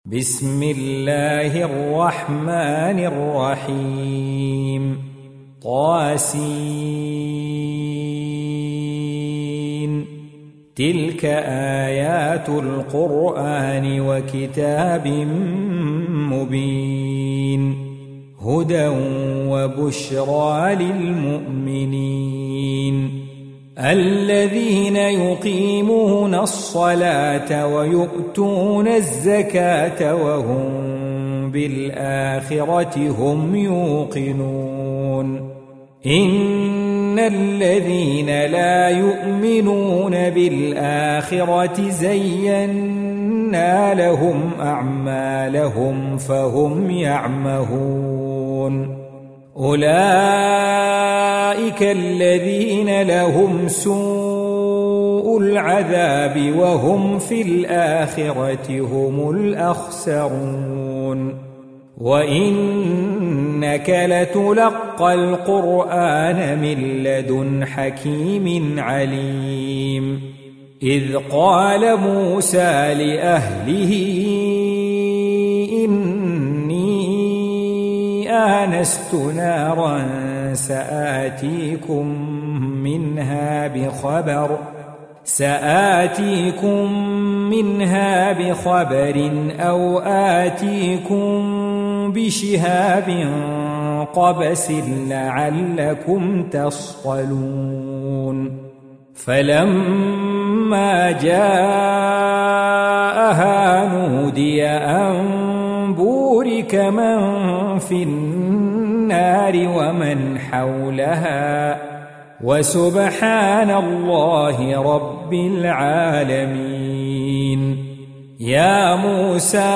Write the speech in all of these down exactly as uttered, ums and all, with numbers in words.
بسم الله الرحمن الرحيم طاسين تلك آيات القرآن وكتاب مبين هدى وبشرى للمؤمنين الذين يقيمون الصلاة ويؤتون الزكاة وهم بالآخرة هم يوقنون إن الذين لا يؤمنون بالآخرة زينا لهم أعمالهم فهم يعمهون أولئك الذين لهم سوء العذاب وهم في الآخرة هم الأخسرون وإنك لتلقى القرآن من لدن حكيم عليم إذ قال موسى لأهله آنست نارا سآتيكم منها بخبر سآتيكم منها بخبر أو آتيكم بشهاب قبس لعلكم تصطلون فلما جاءها نودي أن بورك من في النار ومن حولها وسبحان الله رب العالمين يا موسى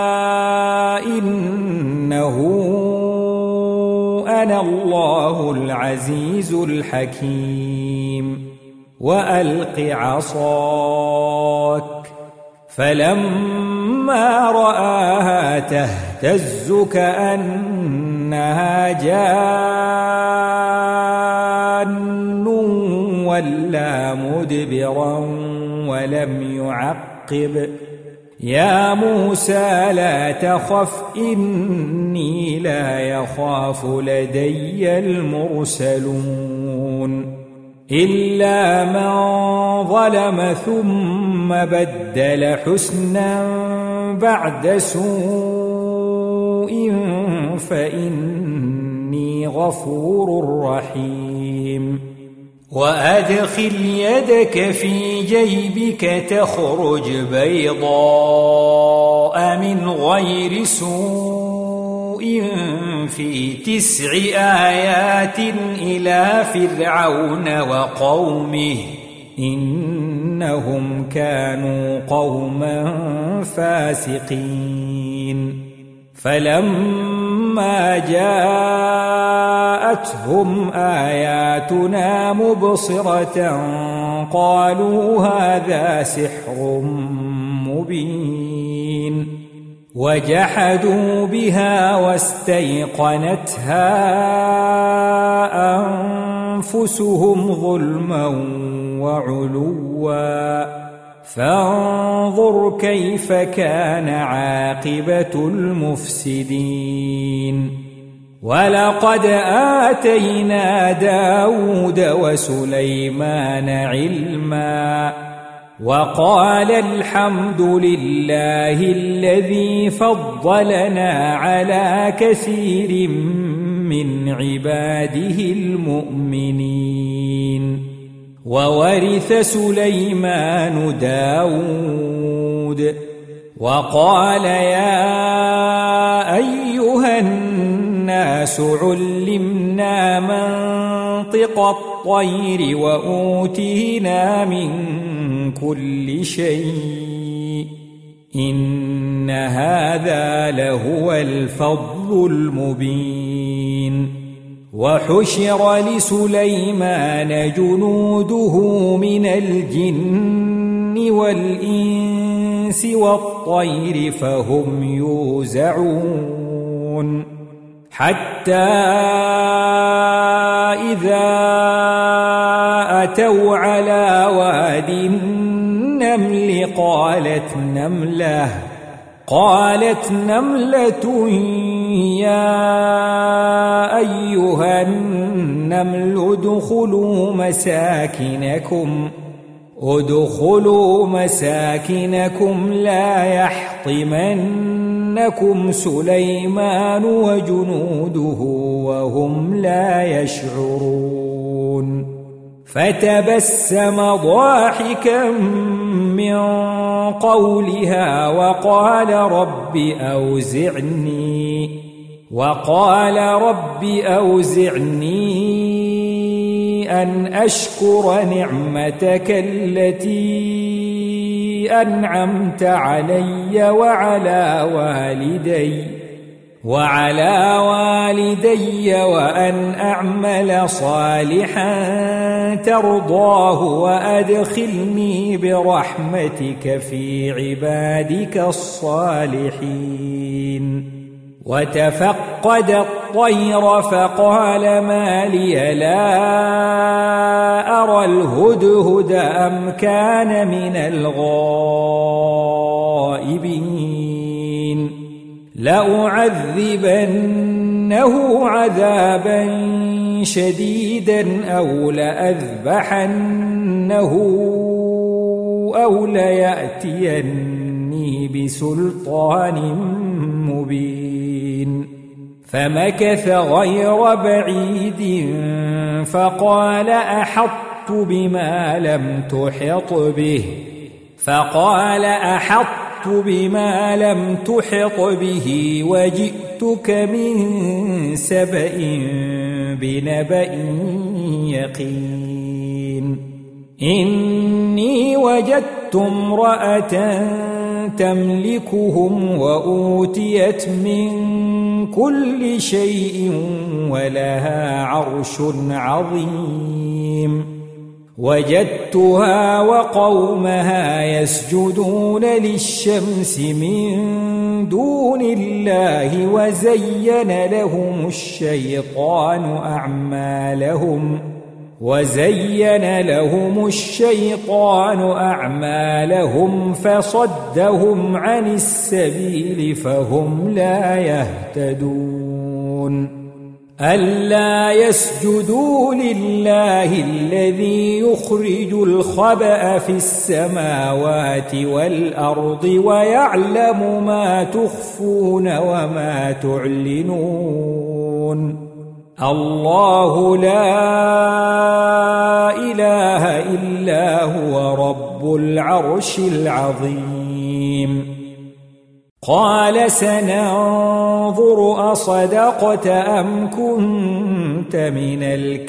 إنه أنا الله العزيز الحكيم وألق عصاك فلما رآها تهتز كأنها جان ولا مدبرا ولم يعقب يا موسى لا تخف إني لا يخاف لدي المرسلون إلا من ظلم ثم بدل حسنا بعد سوء فإني غفور رحيم وأدخل يدك في جيبك تخرج بيضاء من غير سوء في تسع آيات إلى فرعون وقومه إنهم كانوا قوما فاسقين فلما جاءتهم آياتنا مبصرة قالوا هذا سحر مبين وجحدوا بها واستيقنتها أنفسهم ظلما وعلوا فانظر كيف كان عاقبة المفسدين ولقد آتينا داود وسليمان علما وقال الحمد لله الذي فضلنا على كثير من عباده المؤمنين وورث سليمان داود وقال يا أيها الناس علمنا منطق الطير وأوتينا من كل شيء إن هذا لهو الفضل المبين وحشر لسليمان جنوده من الجن والإنس والطير فهم يوزعون حتى إذا أتوا على واد النمل قالت نملة قالت نملة يا أيها النمل ادخلوا مساكنكم ادخلوا مساكنكم لا يحطمنكم سليمان وجنوده وهم لا يشعرون فتبسم ضاحكا من قولها وقال رب أوزعني وقال رب أوزعني أن أشكر نعمتك التي أنعمت علي وعلى والدي وعلى والدي وأن أعمل صالحا ترضاه وأدخلني برحمتك في عبادك الصالحين وتفقد الطير فقال ما لي لا أرى الهدهد أم كان من الغائبين لأعذبنه عذابا شديدا أو لأذبحنه أو ليأتيني بسلطان مبين فمكث غير بعيد فقال أحطت بما لم تحط به فقال أحطت بما لم تحط به وجئتك من سبأ بنبأ يقين إني وجدت امرأة تملكهم وأوتيت من كل شيء ولها عرش عظيم وجدتها وقومها يسجدون للشمس من دون الله وزين لهم الشيطان أعمالهم وزين لهم الشيطان أعمالهم فصدهم عن السبيل فهم لا يهتدون ألا يسجدوا لله الذي يخرج الخبأ في السماوات والأرض ويعلم ما تخفون وما تعلنون الله لا إله إلا هو رب العرش العظيم قال سننظر أصدقت أم كنت من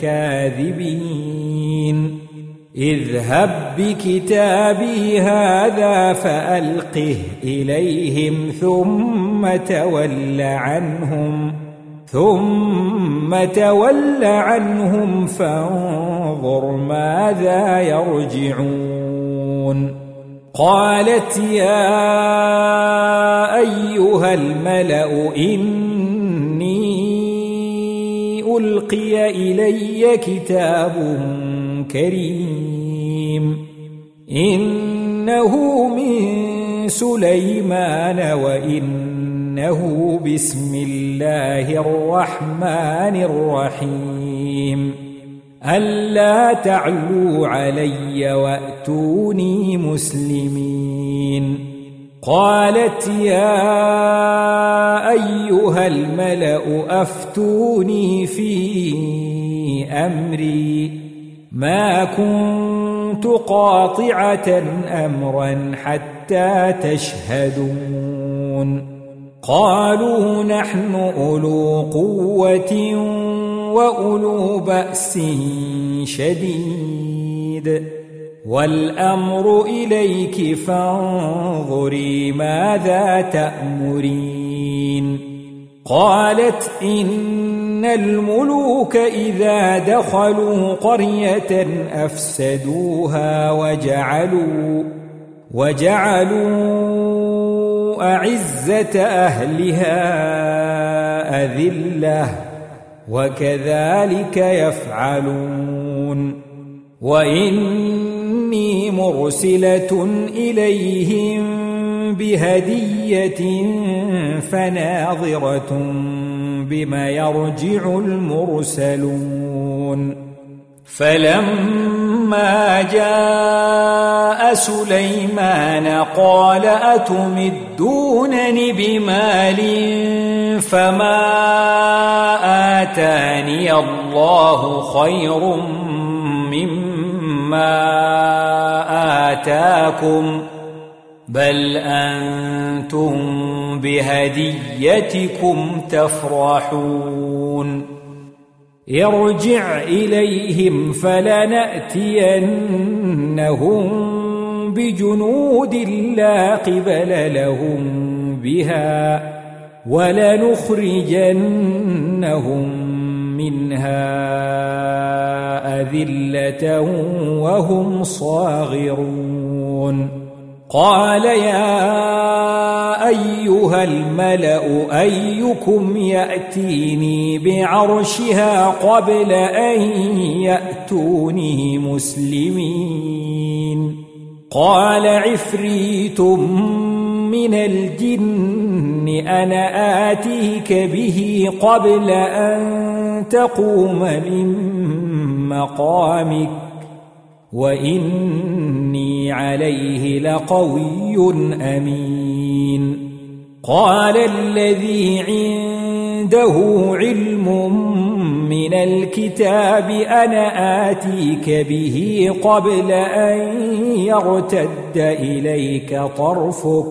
الكاذبين اذهب بكتابي هذا فألقه إليهم ثم تول عنهم ثم تول عنهم فانظر ماذا يرجعون قالت يا أيها الملأ إني ألقي إلي كتاب كريم إنه من سليمان وإنه بسم الله الرحمن الرحيم ألا تعلوا علي وأتوني مسلمين قالت يا أيها الملأ أفتوني في أمري ما كنت قاطعة أمرا حتى تشهدون قالوا نحن أولو قوة وأولو بأس شديد والأمر إليك فانظري ماذا تأمرين قالت إن الملوك إذا دخلوا قرية أفسدوها وجعلوا وجعلوا أعزة أهلها أذلة وكذلك يفعلون وإني مرسلة إليهم بهدية فناظرة بما يرجع المرسلون فلما جاء سليمان قال أتمدونني بمال فما آتاني الله خير مما آتاكم بل أنتم بهديتكم تفرحون ارجع إليهم فلنأتينهم بجنود لا قبل لهم بها ولنخرجنهم منها أذلة وهم صاغرون قال يا أيها الملأ أيكم يأتيني بعرشها قبل أن يأتوني مسلمين قال عفريت من الجن أنا آتيك به قبل أن تقوم من مقامك وإني عليه لقوي أمين قال الذي عنده علم من الكتاب أنا آتيك به قبل أن يرتد إليك طرفك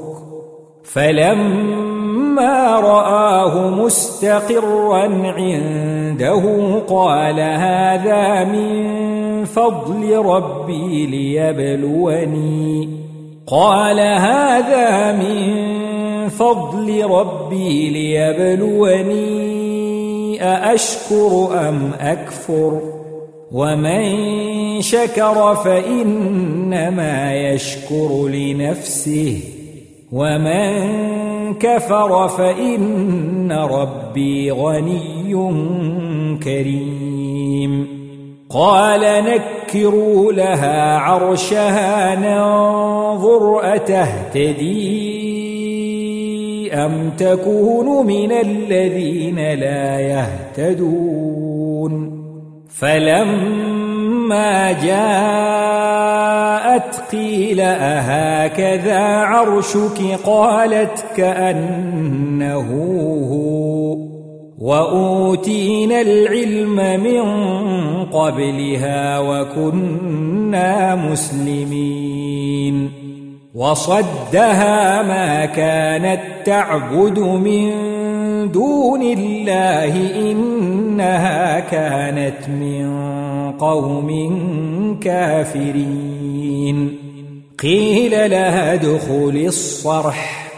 فلما رآه مستقرا عنده قال هذا من فضل ربي ليبلوني قال هذا من فضل ربي ليبلوني أأشكر أم أكفر ومن شكر فإنما يشكر لنفسه ومن كفر فإن ربي غني كريم قال نكروا لها عرشها ننظر أتهتدي أم تكون من الذين لا يهتدون فلما جاءت قيل أهكذا عرشك قالت كأنه هو وأوتينا العلم من قبلها وكنا مسلمين وصدها ما كانت تعبد من دون الله إنها كانت من قوم كافرين قيل لها ادخل الصرح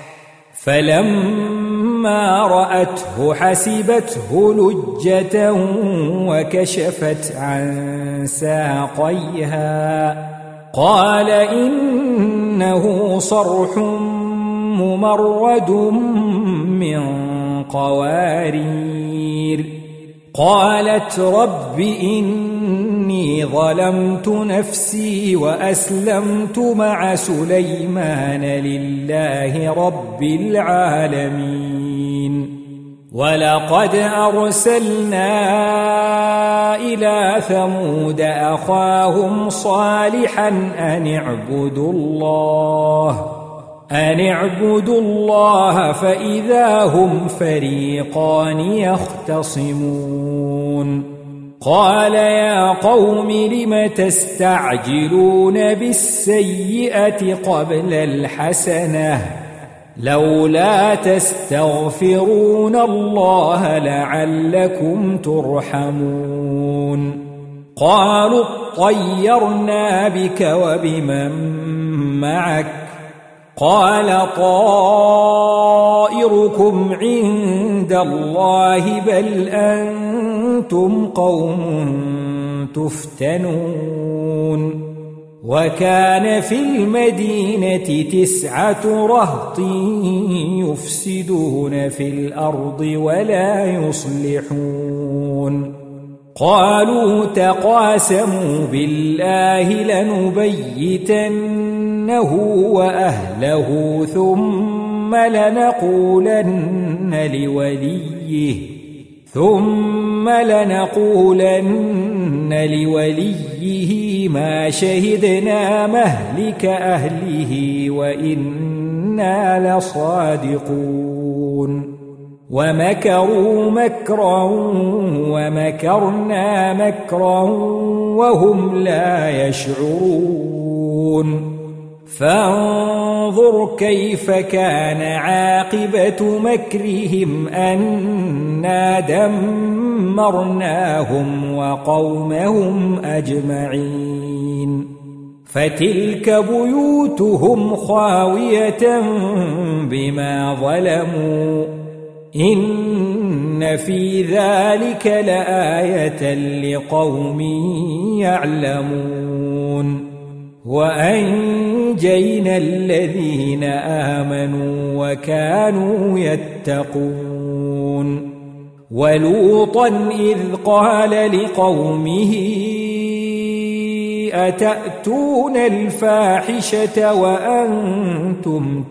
فلما رأته حسبته لجة وكشفت عن ساقيها قال إنه صرح ممرد من قوارير قالت رب إني ظلمت نفسي وأسلمت مع سليمان لله رب العالمين ولقد أرسلنا إلى ثمود أخاهم صالحا أن اعبدوا الله أن اعبدوا الله فإذا هم فريقان يختصمون قال يا قوم لم تستعجلون بالسيئة قبل الحسنة لولا تستغفرون الله لعلكم ترحمون قالوا اطيرنا بك وبمن معك قال طائركم عند الله بل أنتم قوم تفتنون وكان في المدينة تسعة رهط يفسدون في الأرض ولا يصلحون قالوا تقاسموا بالله لنبيتن وأهله ثم لنقولن لوليه ثم لنقولن لوليه ما شهدنا مهلك أهله وإنا لصادقون ومكروا مكرا ومكرنا مكرا وهم لا يشعرون فانظر كيف كان عاقبة مكرهم أنا دمرناهم وقومهم أجمعين فتلك بيوتهم خاوية بما ظلموا إن في ذلك لآية لقوم يعلمون وأنجينا الذين آمنوا وكانوا يتقون ولوطا إذ قال لقومه أتأتون الفاحشة وأنتم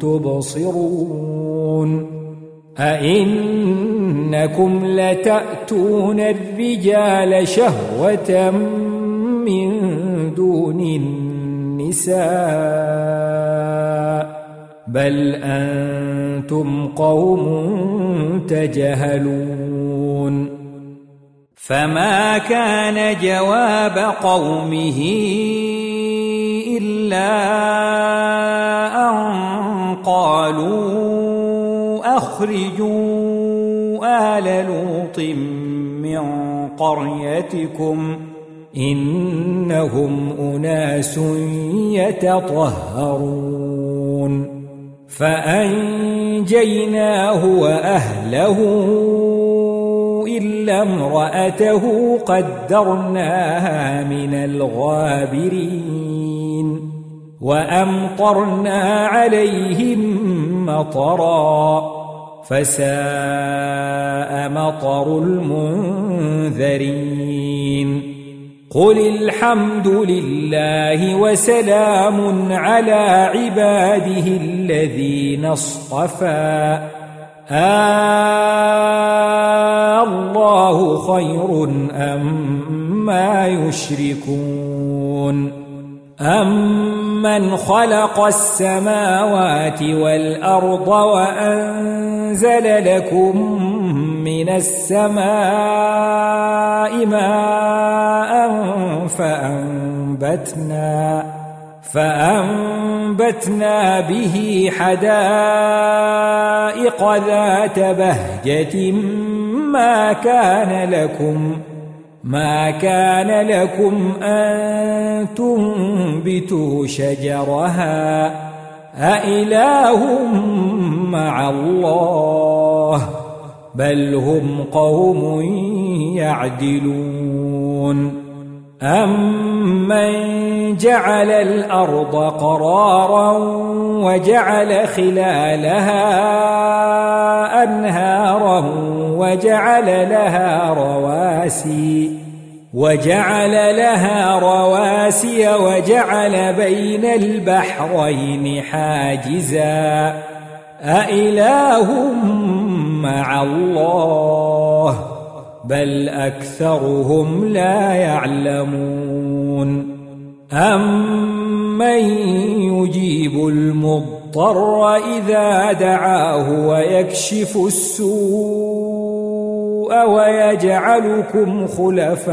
تبصرون أئنكم لتأتون الرجال شهوة من دون النساء بل أنتم قوم تجهلون فما كان جواب قومه إلا أن قالوا أخرجوا آل لوط من قريتكم إنهم أناس يتطهرون فأنجيناه وأهله إلا امرأته قدرناها من الغابرين وأمطرنا عليهم مطرا فساء مطر المنذرين قل الحمد لله وسلام على عباده الذين اصطفى آه الله خير أما يشركون أمن خلق السماوات والأرض وأنزل لكم من السماء ماء فأنبتنا فأنبتنا به حدائق ذات بهجة ما كان لكم ما كان لكم أن تنبتوا شجرها أإله مع الله بل هم قوم يعدلون أمن جعل الأرض قرارا وجعل خلالها أنهارا وجعل لها رواسي وجعل لها رواسي وجعل بين البحرين حاجزا أإله مع الله بل أكثرهم لا يعلمون أمن يجيب المضطر إذا دعاه ويكشف السوء ويجعلكم خلفاء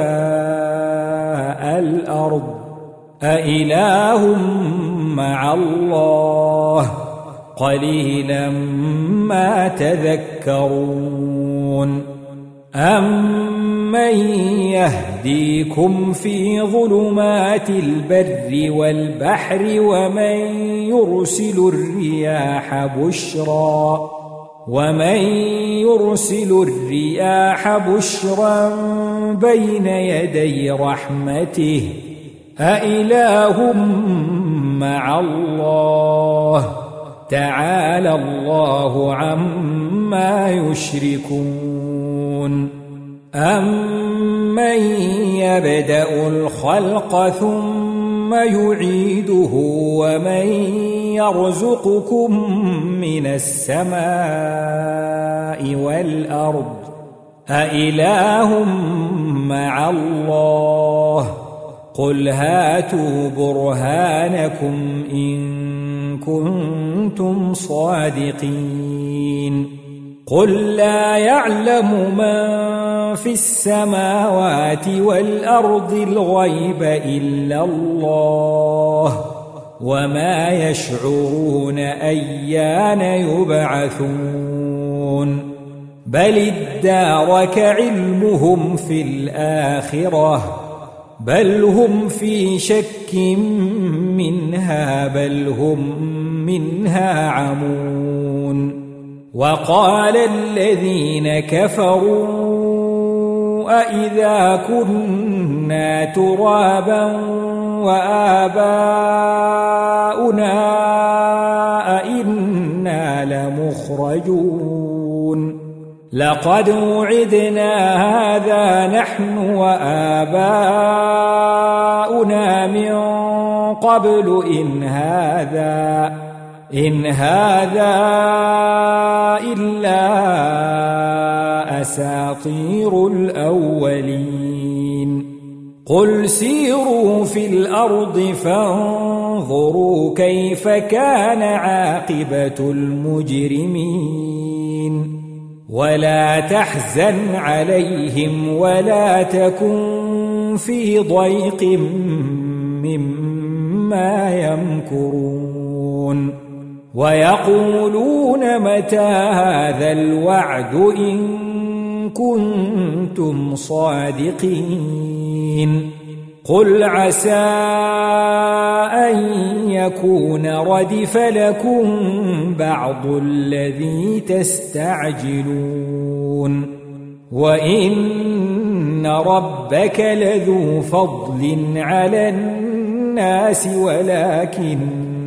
الأرض أإله مع الله قليلا ما تذكرون أمن يهديكم في ظلمات البر والبحر ومن يرسل الرياح بشرا ومن يرسل الرياح بشرا بين يدي رحمته أإله مع الله تعالى الله عما يشركون أمن يبدأ الخلق ثم ثم يعيده ومن يرزقكم من السماء والأرض أإله مع الله قل هاتوا برهانكم إن كنتم صادقين قل لا يعلم من في السماوات والأرض الغيب إلا الله وما يشعرون أيان يبعثون بل ادارك علمهم في الآخرة بل هم في شك منها بل هم منها عمون وقال الذين كفروا أإذا كنا ترابا وآباؤنا أئنا لمخرجون لقد وعدنا هذا نحن وآباؤنا من قبل إن هذا إن هذا إلا أساطير الأولين قل سيروا في الأرض فانظروا كيف كان عاقبة المجرمين ولا تحزن عليهم ولا تكن في ضيق مما يمكرون ويقولون متى هذا الوعد إن كنتم صادقين قل عسى أن يكون ردف لكم بعض الذي تستعجلون وإن ربك لذو فضل على الناس ولكن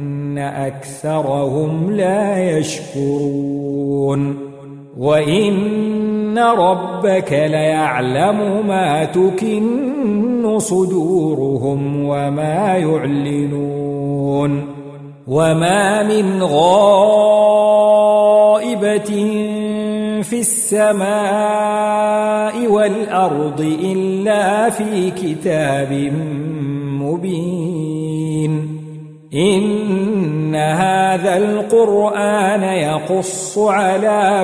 أكثرهم لا يشكرون وإن ربك ليعلم ما تكن صدورهم وما يعلنون وما من غائبة في السماء والأرض إلا في كتاب مبين إن هذا القرآن يقص على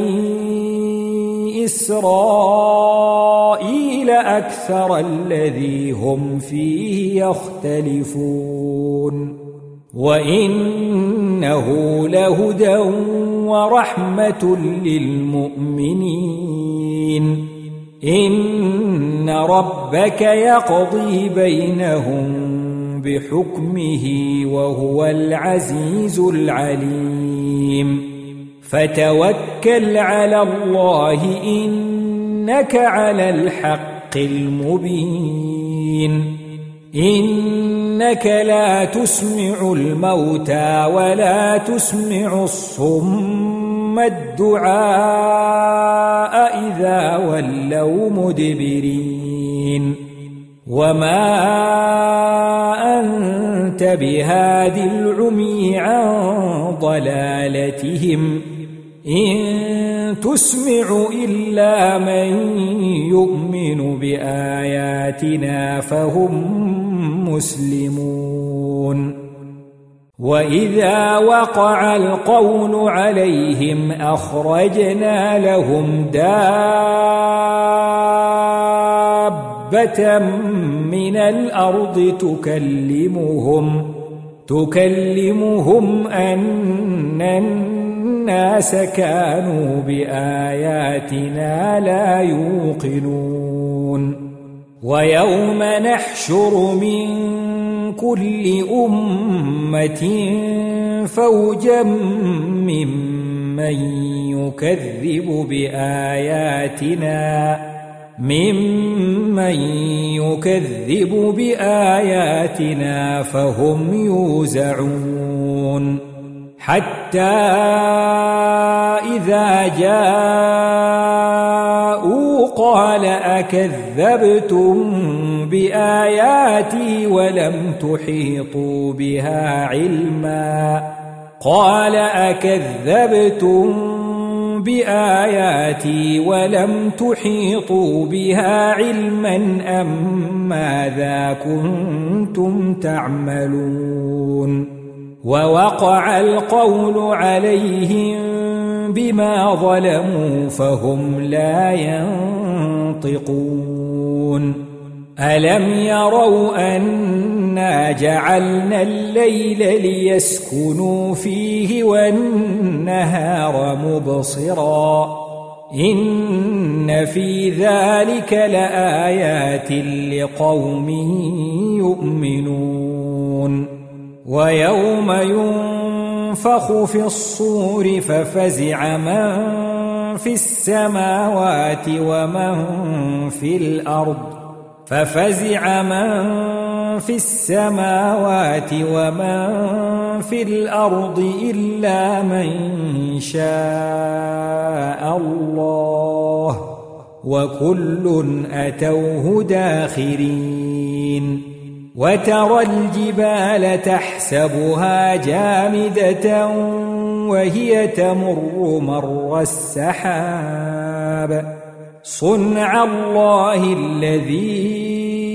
بني إسرائيل أكثر الذي هم فيه يختلفون وإنه لهدى ورحمة للمؤمنين إن ربك يقضي بينهم بحكمه وهو العزيز العليم فتوكل على الله إنك على الحق المبين إنك لا تسمع الموتى ولا تسمع الصم الدعاء إذا ولوا مدبرين وما أنت بهادي العمي عن ضلالتهم إن تسمع إلا من يؤمن بآياتنا فهم مسلمون وإذا وقع القول عليهم أخرجنا لهم دابة من الأرض تكلمهم تكلمهم أن الناس كانوا بآياتنا لا يوقنون ويوم نحشر من كل أمة فوجا ممن يكذب بآياتنا ممن يكذب بآياتنا فهم يوزعون حتى إذا جاءوا قال أكذبتم بآياتي ولم تحيطوا بها علما قال أكذبتم بآياتي ولم تحيطوا بها علما أم ماذا كنتم تعملون ووقع القول عليهم بما ظلموا فهم لا ينطقون ألم يروا أنا جعلنا الليل ليسكنوا فيه والنهار مبصرا إن في ذلك لآيات لقوم يؤمنون ويوم ينفخ في الصور ففزع من في السماوات ومن في الأرض ففزع من في السماوات ومن في الأرض إلا من شاء الله وكل أتوه داخرين وترى الجبال تحسبها جامدة وهي تمر مر السحاب صنع الله الذي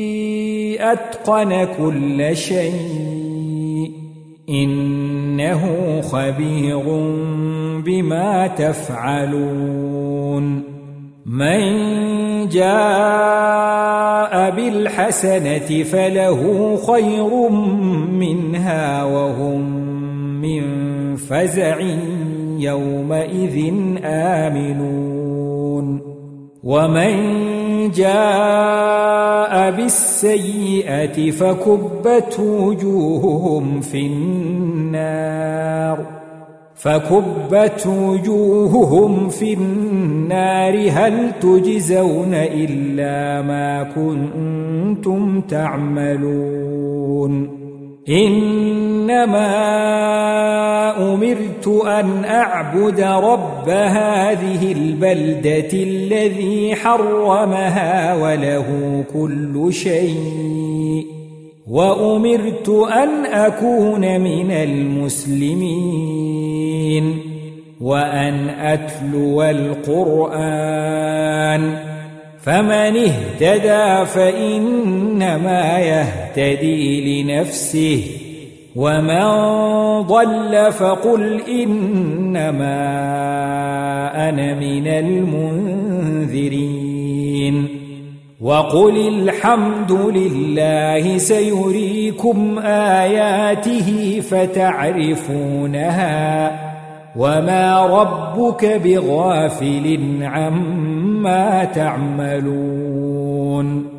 أتقن كل شيء إنه خبير بما تفعلون من جاء بالحسنة فله خير منها وهم من فزع يومئذ آمنون ومن جاء بالسيئة فكبت وجوههم في النار فكبت وجوههم في النار هل تجزون إلا ما كنتم تعملون إنما أمرت أن أعبد رب هذه البلدة الذي حرمها وله كل شيء وأمرت أن أكون من المسلمين وأن أتلو القرآن فمن اهتدى فإنما يهتدي لنفسه ومن ضل فقل إنما أنا من المنذرين وقل الحمد لله سيريكم آياته فتعرفونها وما ربك بغافل عما تعملون